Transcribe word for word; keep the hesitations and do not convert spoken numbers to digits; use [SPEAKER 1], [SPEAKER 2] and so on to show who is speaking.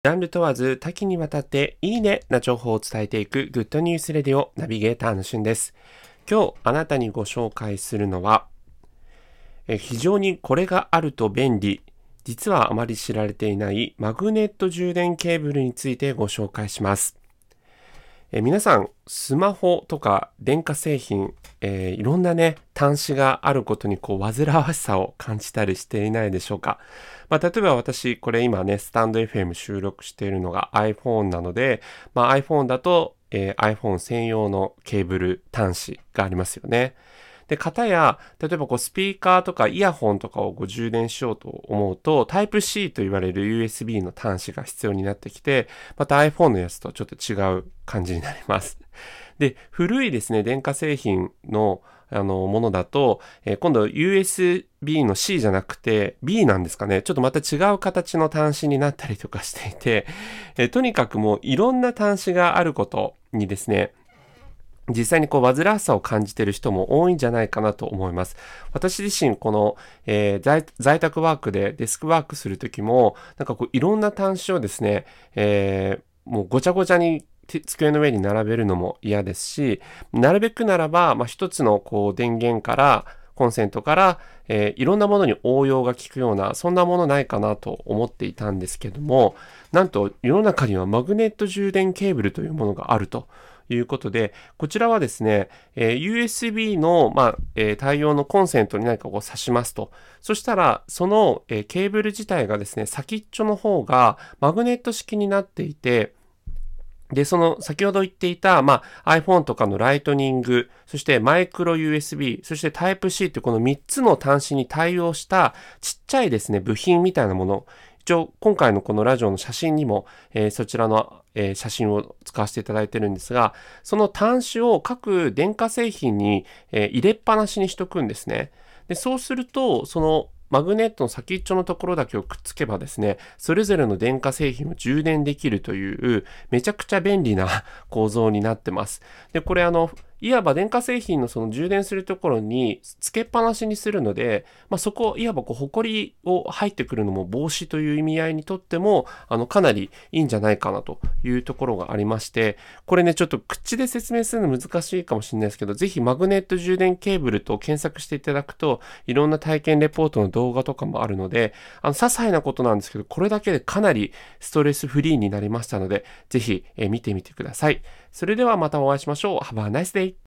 [SPEAKER 1] ジャンル問わず多岐にわたっていいねな情報を伝えていくグッドニュースレディオナビゲーターのしゅんです。今日あなたにご紹介するのは、え非常にこれがあると便利、実はあまり知られていないマグネット充電ケーブルについてご紹介します。え皆さん、スマホとか電化製品、えーいろんなね、端子があることにこう煩わしさを感じたりしていないでしょうか。まあ、例えば私、これ今ね、スタンド エフエム 収録しているのが iPhone なので、まあ、iPhone だと、えー iPhone 専用のケーブル端子がありますよね。で、型や、例えばこうスピーカーとかイヤホンとかをこう充電しようと思うと、タイプ C と言われる ユーエスビー の端子が必要になってきて、また iPhone のやつとちょっと違う感じになります。で、古いですね、電化製品のあのものだと、えー今度 ユーエスビー の C じゃなくて B なんですかね。ちょっとまた違う形の端子になったりとかしていて、えーとにかくもういろんな端子があることにですね、実際にこう煩わしさを感じている人も多いんじゃないかなと思います。私自身この、えー在、在宅ワークでデスクワークするときも、なんかこういろんな端子をですね、えーもうごちゃごちゃにて机の上に並べるのも嫌ですし、なるべくならば、まあ、一つのこう電源から、コンセントから、えーいろんなものに応用が効くような、そんなものないかなと思っていたんですけども、なんと世の中にはマグネット充電ケーブルというものがあるということで、こちらはですね、えー ユーエスビー の、まあえー対応のコンセントに何かこう挿しますと。そしたら、その、えーケーブル自体がですね、先っちょの方がマグネット式になっていて、で、その先ほど言っていた、まあ、iPhone とかのライトニング、そしてマイクロ ユーエスビー、そして タイプ シー というこのみっつの端子に対応したちっちゃいですね、部品みたいなもの。一応、今回のこのラジオの写真にも、えーそちらの、えー写真を使わせていただいてるんですが、その端子を各電化製品に、えー入れっぱなしにしとくんですね。で、そうすると、そのマグネットの先っちょのところだけをくっつけばですね、それぞれの電化製品を充電できるという、めちゃくちゃ便利な構造になってます。で、これあの、いわば電化製品のその充電するところにつけっぱなしにするので、まあ、そこ、いわばこう、ホコリを入ってくるのも防止という意味合いにとっても、あの、かなりいいんじゃないかなというところがありまして、これね、ちょっと口で説明するの難しいかもしれないですけど、ぜひマグネット充電ケーブルと検索していただくと、いろんな体験レポートの動画とかもあるので、あの、些細なことなんですけど、これだけでかなりストレスフリーになりましたので、ぜひ、えー見てみてください。それではまたお会いしましょう。Have a nice day!